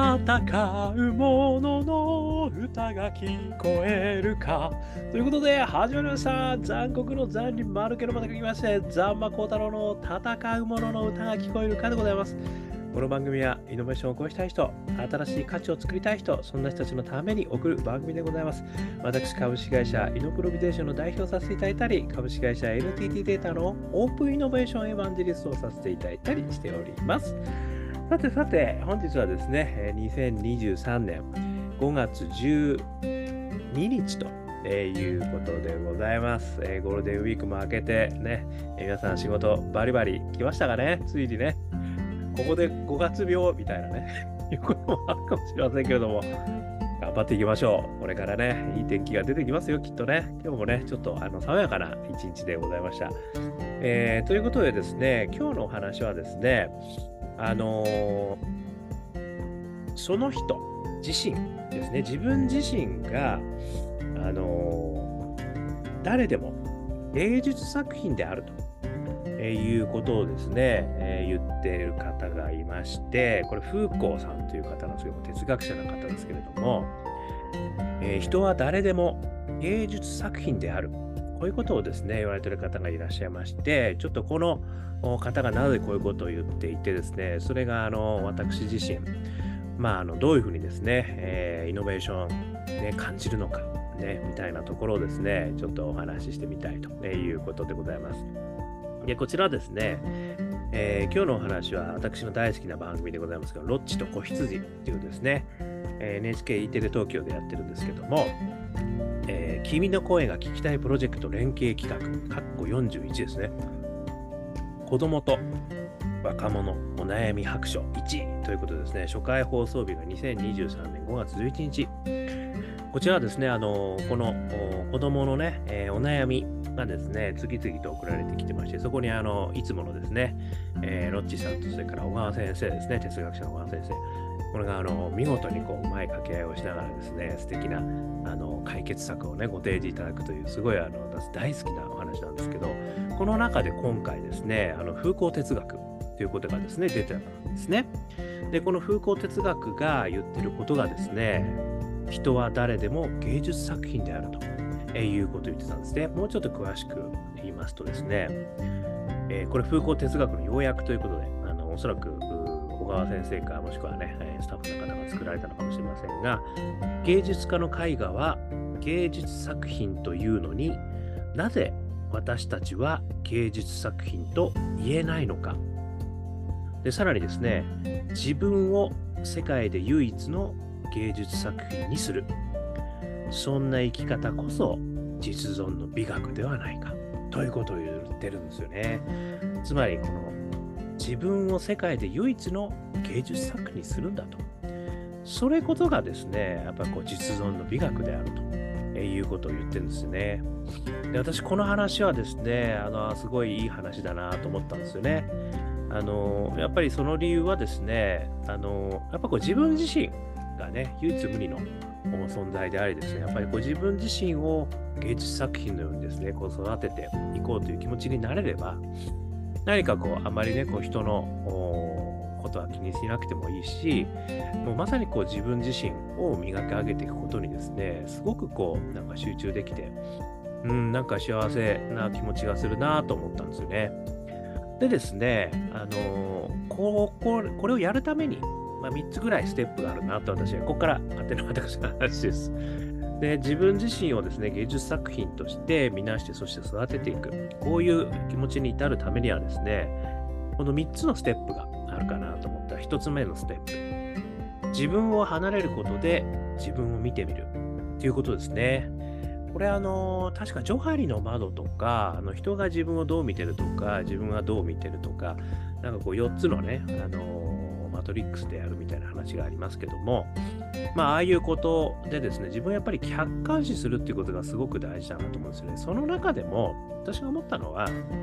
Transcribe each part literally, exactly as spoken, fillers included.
戦う者の歌が聞こえるか。ということで始まりました。残酷の残に丸けのまた書きまして、ザンマコウタロウの戦う者の歌が聞こえるかでございます。この番組はイノベーションを起こしたい人、新しい価値を作りたい人、そんな人たちのために送る番組でございます。私、株式会社イノプロビゼーションの代表をさせていただいたり、株式会社 エヌティーティー データのオープンイノベーションエヴァンジェリストをさせていただいたりしております。さてさて、本日はですね、にせんにじゅうさんねんごがつじゅうににちということでございます。ゴールデンウィークも明けてね、皆さん仕事バリバリ来ましたかね、ついにね。ここでごがつ病みたいなね、いうこともあるかもしれませんけれども、頑張っていきましょう。これからね、いい天気が出てきますよ、きっとね。今日もね、ちょっとあの爽やかな一日でございました。えー、ということでですね、今日のお話はですね、あのー、その人自身ですね、自分自身が、あのー、誰でも芸術作品であると。えー、いうことをですね、えー、言っている方がいまして、これフーコーさんという方なんですけども、哲学者の方ですけれども、えー、人は誰でも芸術作品である。こういうことをですね、言われている方がいらっしゃいまして、ちょっとこの方がなぜこういうことを言っていてですね、それがあの私自身、まあ、あのどういうふうにですね、えー、イノベーション、ね、感じるのか、ね、みたいなところをですね、ちょっとお話ししてみたいということでございます。でこちらですね、えー、今日のお話は私の大好きな番組でございますが、ロッチと子羊っていうですね、えー、エヌエイチケー E テレ東京でやってるんですけども、えー、君の声が聞きたいプロジェクト連携企画、かっこよんじゅういちですね。子供と若者お悩み白書いちということでですね、初回放送日がにせんにじゅうさんねんごがつじゅういちにち。こちらはですね、あのこの子供のね、えー、お悩みがですね、次々と送られてきてまして、そこにあのいつものですね、えー、ロッチさんとそれから小川先生ですね、哲学者の小川先生。これがあの見事にこううまい掛け合いをしながらですね、素敵なあの解決策をね、ご提示いただくという、すごいあの私大好きなお話なんですけど、この中で今回ですね、あの風光哲学ということがですね、出てたんですね。で、この風光哲学が言ってることがですね、人は誰でも芸術作品であると、えー、いうことを言ってたんですね。もうちょっと詳しく言いますとですね、えー、これ風光哲学の要約ということで、あのおそらく小川先生かもしくはね、スタッフの方が作られたのかもしれませんが、芸術家の絵画は芸術作品というのになぜ私たちは芸術作品と言えないのか。で、さらにですね、自分を世界で唯一の芸術作品にする。そんな生き方こそ実存の美学ではないか。ということを言ってるんですよね。つまり、この自分を世界で唯一の芸術作品にするんだと。それことがですね、やっぱりこう実存の美学であると、えー、いうことを言ってるんですよね。で、私、この話はですね、あの、すごいいい話だなと思ったんですよね。あの、やっぱりその理由はですね、あの、やっぱこう自分自身がね、唯一無二の存在でありですね、やっぱりこう自分自身を芸術作品のようにですね、こう育てていこうという気持ちになれれば、何かこうあまりね、こう人のことは気にしなくてもいいし、もうまさにこう自分自身を磨き上げていくことにですね、すごくこうなんか集中できて、うん、なんか幸せな気持ちがするなと思ったんですよね。でですね、あのー、こここれをやるために、まあ、みっつぐらいステップがあるなと私は、ここから勝手な私の話です。で、自分自身をですね、芸術作品として見なして、そして育てていく。こういう気持ちに至るためにはですね、このみっつのステップがあるかなと思ったら、ひとつめのステップ。自分を離れることで自分を見てみるということですね。これあの、確かジョハリの窓とか、あの人が自分をどう見てるとか、自分がどう見てるとか、なんかこうよっつのね、あの、マトリックスでやるみたいな話がありますけども、まあ、ああいうことでですね、自分をやっぱり客観視するっていうことがすごく大事だなと思うんですよね。その中でも、私が思ったのは、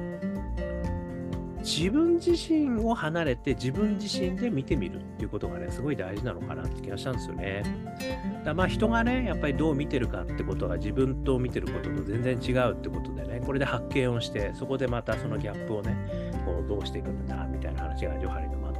自分自身を離れて自分自身で見てみるっていうことがね、すごい大事なのかなって気がしたんですよね。だまあ人がね、やっぱりどう見てるかってことが自分と見てることと全然違うってことでね、これで発見をして、そこでまたそのギャップをね、こうどうしていくんだみたいな話がジョハリの窓になってる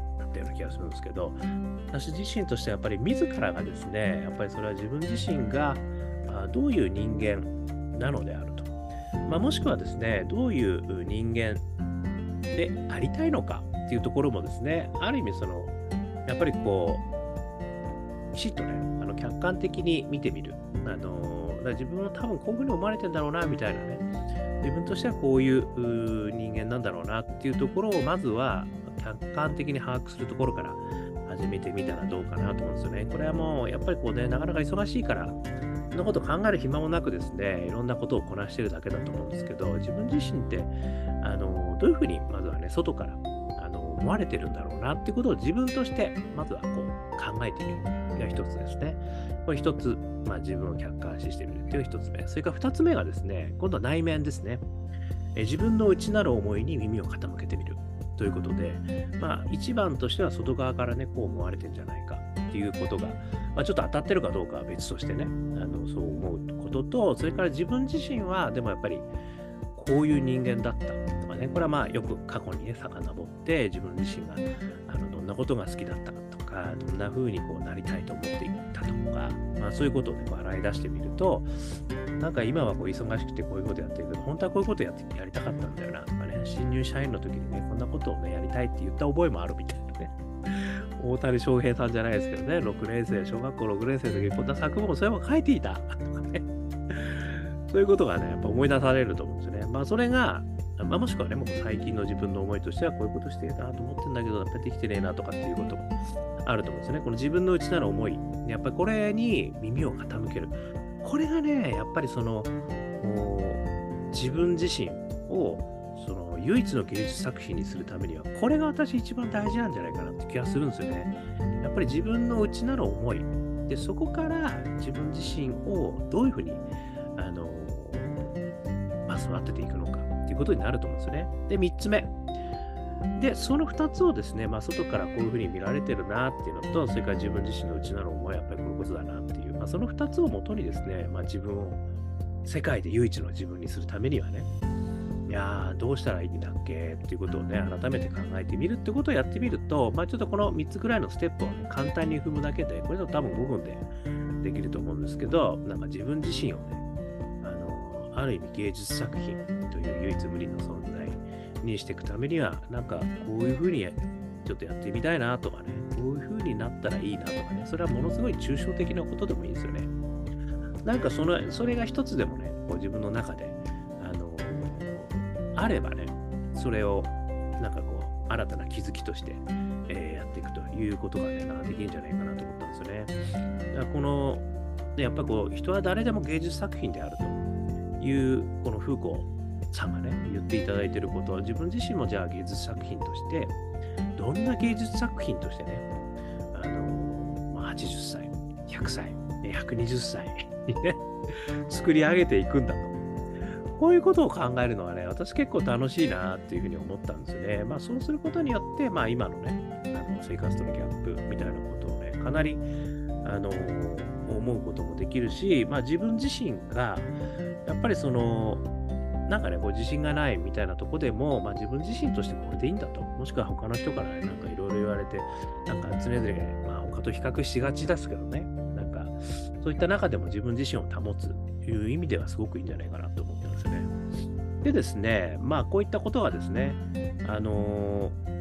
うな気がするんですけど、私自身としてはやっぱり自らがですね、やっぱりそれは自分自身があどういう人間なのであると。まあ、もしくはですね、どういう人間でありたいのかっていうところもですね、ある意味その、やっぱりこう、きちっとね、あの客観的に見てみる。あのだから自分は多分こういうふうに思われてんだろうな、みたいなね。自分としてはこういうう人間なんだろうなっていうところを、まずは客観的に把握するところから始めてみたらどうかなと思うんですよね。これはもう、やっぱりこうね、なかなか忙しいから、そんなこと考える暇もなくですね、いろんなことをこなしてるだけだと思うんですけど、自分自身って、あのどういうふうに、まずはね、外からあの思われてるんだろうなっていうことを自分として、まずはこう考えてみるが一つですね。これ一つ、まあ、自分を客観視してみるっていう一つ目。それから二つ目がですね、今度は内面ですね。え自分の内なる思いに耳を傾けてみるということで、まあ、一番としては外側からね、こう思われてんじゃないかっていうことが、まあ、ちょっと当たってるかどうかは別としてね、あのそう思うことと、それから自分自身は、でもやっぱり、こういう人間だったとかね、これはまあよく過去にね、遡って自分自身があのどんなことが好きだったかとか、どんな風にこうなりたいと思っていったとか、まあそういうことをね、こう洗い出してみると、なんか今はこう忙しくてこういうことやってるけど、本当はこういうことやってやりたかったんだよなとかね、新入社員の時にね、こんなことをね、やりたいって言った覚えもあるみたいなね。大谷翔平さんじゃないですけどね、ろくねん生、小学校ろくねん生の時にこんな作文をそういえば書いていたとかね。そういうことがね、やっぱ思い出されると思うんですよね。まあそれが、まあ、もしくはね、もう最近の自分の思いとしてはこういうことしてるなと思ってんだけど、やっぱりできてねえなとかっていうこともあると思うんですよね。この自分の内なる思い、やっぱりこれに耳を傾ける。これがね、やっぱりその、自分自身をその唯一の芸術作品にするためには、これが私一番大事なんじゃないかなって気がするんですよね。やっぱり自分の内なる思い。で、そこから自分自身をどういうふうに、あの、まあ、育てていくのかっていうことになると思うんですよね。で、みっつめ。で、そのふたつをですね、まあ、外からこういうふうに見られてるなっていうのと、それから自分自身の内なる思いはやっぱりこういうことだなっていう、まあ、そのふたつをもとにですね、まあ、自分を世界で唯一の自分にするためにはね、いやー、どうしたらいいんだっけっていうことをね、改めて考えてみるってことをやってみると、まあ、ちょっとこのみっつぐらいのステップをね、簡単に踏むだけで、これだと多分ごふんでできると思うんですけど、なんか自分自身をね、あの、ある意味芸術作品という唯一無二の存在にしていくためには、なんかこういうふうにちょっとやってみたいなとかね、こういうふうになったらいいなとかね、それはものすごい抽象的なことでもいいですよね。なんかその、それが一つでもね、こう自分の中で、あの、あればね、それをなんかこう、新たな気づきとして、えーやっていくということがね、なんかできるんじゃないかなと思ったんですよね。だからこの、でやっぱりこう、人は誰でも芸術作品であるという、このフーコーさんがね、言っていただいていることは、自分自身もじゃあ芸術作品として、どんな芸術作品としてね、あの、まあ、はちじゅっさい、ひゃくさい、ひゃくにじゅっさいにね、作り上げていくんだと。こういうことを考えるのはね、私結構楽しいなっていうふうに思ったんですよね。まあそうすることによって、まあ今のね、あの生活とのギャップみたいなことをね、かなり、あの思うこともできるし、まあ自分自身が、やっぱりその、なんかね、こう自信がないみたいなとこでも、まあ自分自身としてこれでいいんだと。もしくは他の人からね、なんかいろいろ言われて、なんか常々、まあ他と比較しがちですけどね、なんかそういった中でも自分自身を保つという意味ではすごくいいんじゃないかなと思ってますよね。でですね、まあこういったことがですね、あのー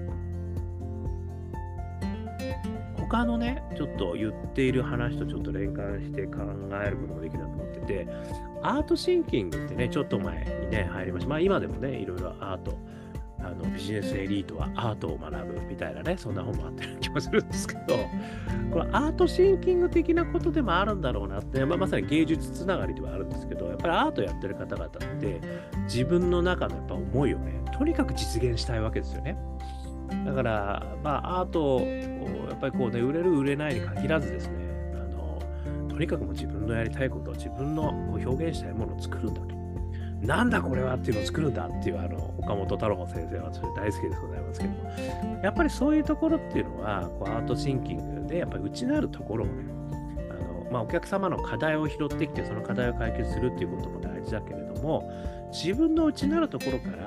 他のね、ちょっと言っている話とちょっと連関して考えることもできるなと思ってて、アートシンキングってね、ちょっと前にね、入りました。まあ今でもね、いろいろアート、あのビジネスエリートはアートを学ぶみたいなね、そんな本もあったような気もするんですけど、これアートシンキング的なことでもあるんだろうなって、まあ、まさに芸術つながりではあるんですけど、やっぱりアートやってる方々って自分の中のやっぱ思いをね、とにかく実現したいわけですよね。だから、まあ、アートをやっぱりこうね、売れる売れないに限らずですね、あのとにかくもう自分のやりたいことを自分のこう表現したいものを作るんだと。なんだこれはっていうのを作るんだっていう、あの岡本太郎先生はそれ大好きでございますけども、やっぱりそういうところっていうのは、こうアートシンキングでやっぱり内なるところをね、あのまあ、お客様の課題を拾ってきて、その課題を解決するっていうことも大事だけれども、自分の内なるところから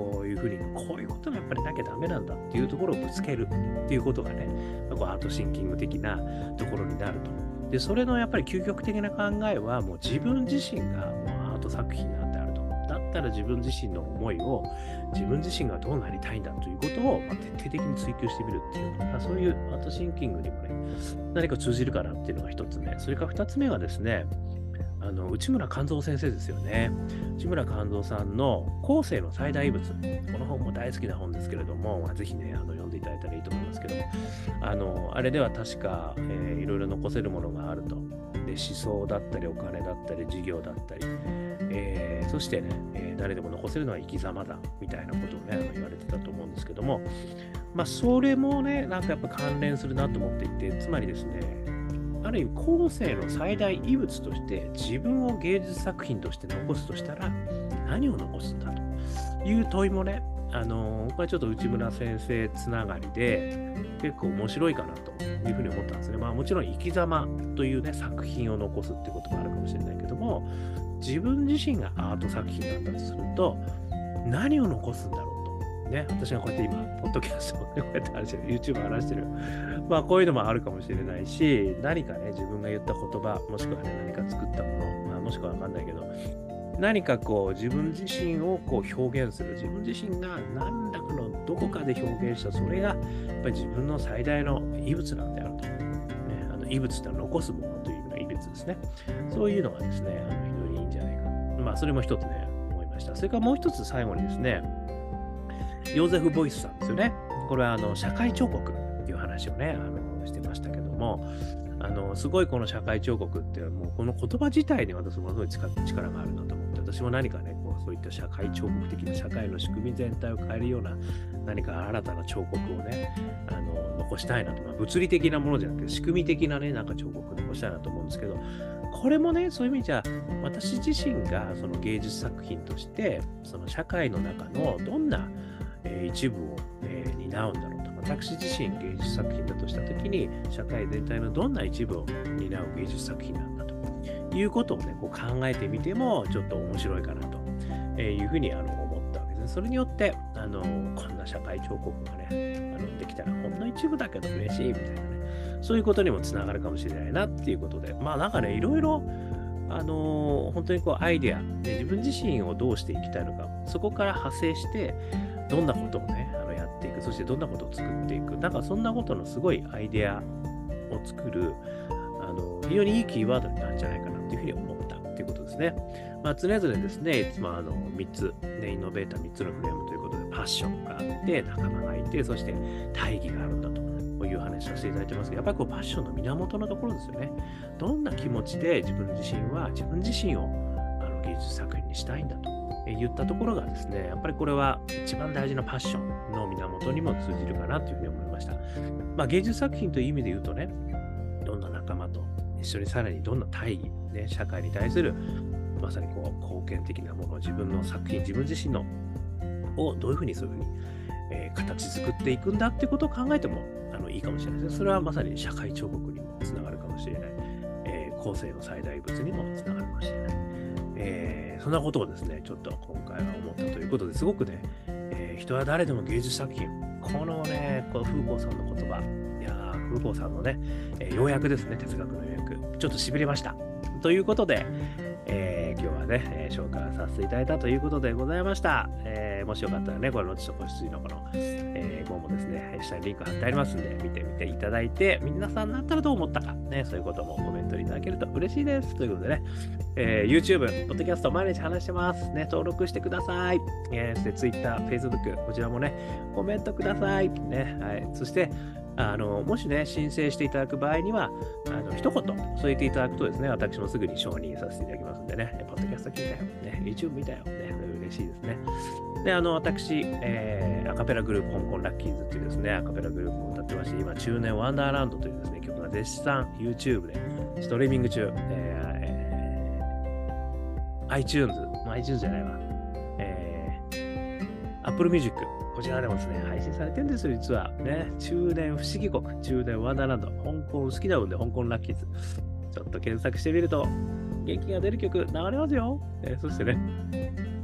こういうふうに、こういうことがやっぱりなきゃダメなんだっていうところをぶつけるっていうことがね、こうアートシンキング的なところになると。で、それのやっぱり究極的な考えは、もう自分自身がもうアート作品なんであると。だったら自分自身の思いを、自分自身がどうなりたいんだということを、まあ、徹底的に追求してみるっていう、まあ、そういうアートシンキングにもね、何か通じるかなっていうのが一つ目。それから二つ目がですね、あの内村勘三先生ですよね。内村勘三さんの後世の最大遺物。この本も大好きな本ですけれども、まあ、ぜひね、あの読んでいただいたらいいと思いますけども、あの、あれでは確か、えー、いろいろ残せるものがあると。で、思想だったり、お金だったり、事業だったり、えー、そしてね、えー、誰でも残せるのは生き様だ、みたいなことをね、あの言われてたと思うんですけども、まあ、それもね、なんかやっぱ関連するなと思っていて、つまりですね、ある意味後世の最大遺物として自分を芸術作品として残すとしたら何を残すんだという問いもね、あのー、これちょっと内村先生つながりで結構面白いかなというふうに思ったんですね。まあもちろん生き様というね作品を残すってこともあるかもしれないけども、自分自身がアート作品だったとすると何を残すんだろうと。ね、私がこうやって今、ポッドキャストを、ね、こうやって話してる、YouTube 話してる。まあ、こういうのもあるかもしれないし、何かね、自分が言った言葉、もしくはね、何か作ったもの、まあ、もしくはわかんないけど、何かこう、自分自身をこう表現する、自分自身が何らかのどこかで表現した、それが、やっぱり自分の最大の遺物なんであると。ね、あの遺物って残すものという意味の遺物ですね。そういうのがですね、あの非常にいいんじゃないか。まあ、それも一つね、思いました。それからもう一つ最後にですね、ヨーゼフ・ボイスさんですよね。これはあの社会彫刻っていう話をね、あのしてましたけども、あのすごいこの社会彫刻ってもうこの言葉自体に私もすごい力があるなと思って、私も何かね、こうそういった社会彫刻的な社会の仕組み全体を変えるような何か新たな彫刻をね、あの残したいなと、まあ、物理的なものじゃなくて仕組み的なね、なんか彫刻を残したいなと思うんですけど、これもね、そういう意味じゃ私自身がその芸術作品としてその社会の中のどんなえー、一部を、えー、担うんだろうと。私自身芸術作品だとしたときに、社会全体のどんな一部を担う芸術作品なんだということをね、こう考えてみても、ちょっと面白いかなというふうにあの思ったわけですね。それによって、あのこんな社会彫刻がね、あのできたらほんの一部だけど嬉しいみたいなね、そういうことにもつながるかもしれないなっていうことで、まあなんかね、いろいろあのー、本当にこうアイデアで自分自身をどうしていきたいのか、そこから派生してどんなことをね、あのやっていく、そしてどんなことを作っていく、なんかそんなことのすごいアイデアを作る、あの非常にいいキーワードになるんじゃないかなというふうに思ったということですね。まあ、常々ですね、いつもあのみっつ、ね、イノベーターみっつのフレームということで、パッションがあって、仲間がいて、そして大義があるんだと。こういう話をさせていただいてますけど、やっぱりこうパッションの源のところですよね。どんな気持ちで自分自身は自分自身をあの芸術作品にしたいんだと言ったところがですね、やっぱりこれは一番大事なパッションの源にも通じるかなというふうに思いました。まあ、芸術作品という意味で言うとね、どんな仲間と一緒にさらにどんな大義、ね、社会に対するまさにこう貢献的なものを自分の作品、自分自身のをどういうふうにそういうふうに、えー、形作っていくんだってことを考えてもあのいいかもしれないですね。それはまさに社会彫刻にもつながるかもしれない。えー、後世の最大物にもつながるかもしれない。えー、そんなことをですね、ちょっと今回は思ったということですごくね、えー、人は誰でも芸術作品、このね、このフーコーさんの言葉、いやー、フーコーさんのね、えー、要約ですね、哲学の要約、ちょっとしびれました。ということで、えー、今日はね、えー、紹介させていただいたということでございました。えー、もしよかったらね、これのちょっとご出演のこの、えー、本もですね、下にリンク貼ってありますんで、見てみていただいて、皆さんだったらどう思ったか、ね、そういうこともコメントいただけると嬉しいです。ということでね、えー、YouTube、ポッドキャスト毎日話してます。ね、登録してください。えー、そして Twitter、Facebook、こちらもね、コメントください。ね、はい。そして、あのもしね、申請していただく場合には、あの一言添えていただくとですね、私もすぐに承認させていただきますんでね、ポッドキャスト聞いたよ、ね、YouTube 見たよ、ね、嬉しいですね。で、あの、私、えー、アカペラグループ、香港ラッキーズっていうですね、アカペラグループを歌ってまして、今、中年ワンダーランドというですね、曲が絶賛 YouTube でストリーミング中、えー、iTunes、iTunes じゃないわ、えー、Apple Music、こちらでもですね、配信されてるんですよ、実は。ね、中年不思議国、中年ワンダーランド、香港好きなので、香港ラッキーズ。ちょっと検索してみると、元気が出る曲流れますよ。えー、そしてね、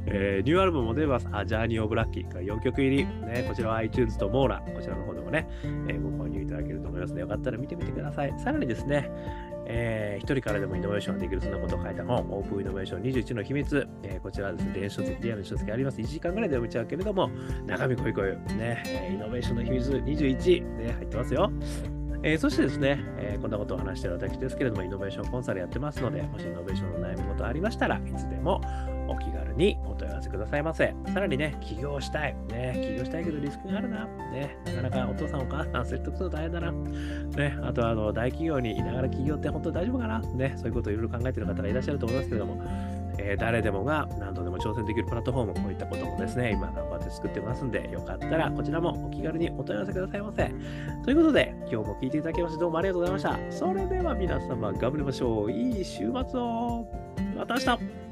えー、ニューアルバムも出ます。あ、ジャーニー・オブ・ラッキーがよんきょく入り。ね、こちらは iTunes とモーラ、こちらの方でもね、えー、ご購入いただけると思いますので、よかったら見てみてください。さらにですね、えー、一人からでもイノベーションができる、そんなことを書いた本、オープンイノベーションにじゅういちの秘密。えー、こちらはですね、電子書籍、リアルの書籍あります。いちじかんぐらいで読めちゃうけれども、中身濃い濃い、ね、えー、イノベーションの秘密にじゅういち、ね、入ってますよ。えー、そしてですね、えー、こんなことを話している私ですけれども、イノベーションコンサルやってますので、もしイノベーションの悩み事ありましたらいつでもお気軽にお問い合わせくださいませ。さらにね、起業したい。ね、起業したいけどリスクがあるな。ね、なかなかお父さんお母さん説得するの大変だな。ね、あとはあの大企業にいながら起業って本当に大丈夫かな。ね、そういうことをいろいろ考えている方がいらっしゃると思いますけれども、えー、誰でもが何度でも挑戦できるプラットフォーム、こういったこともですね、今頑張って作ってますんで、よかったらこちらもお気軽にお問い合わせくださいませ。ということで、今日も聞いていただきましてどうもありがとうございました。それでは皆様頑張りましょう。いい週末を。また明日。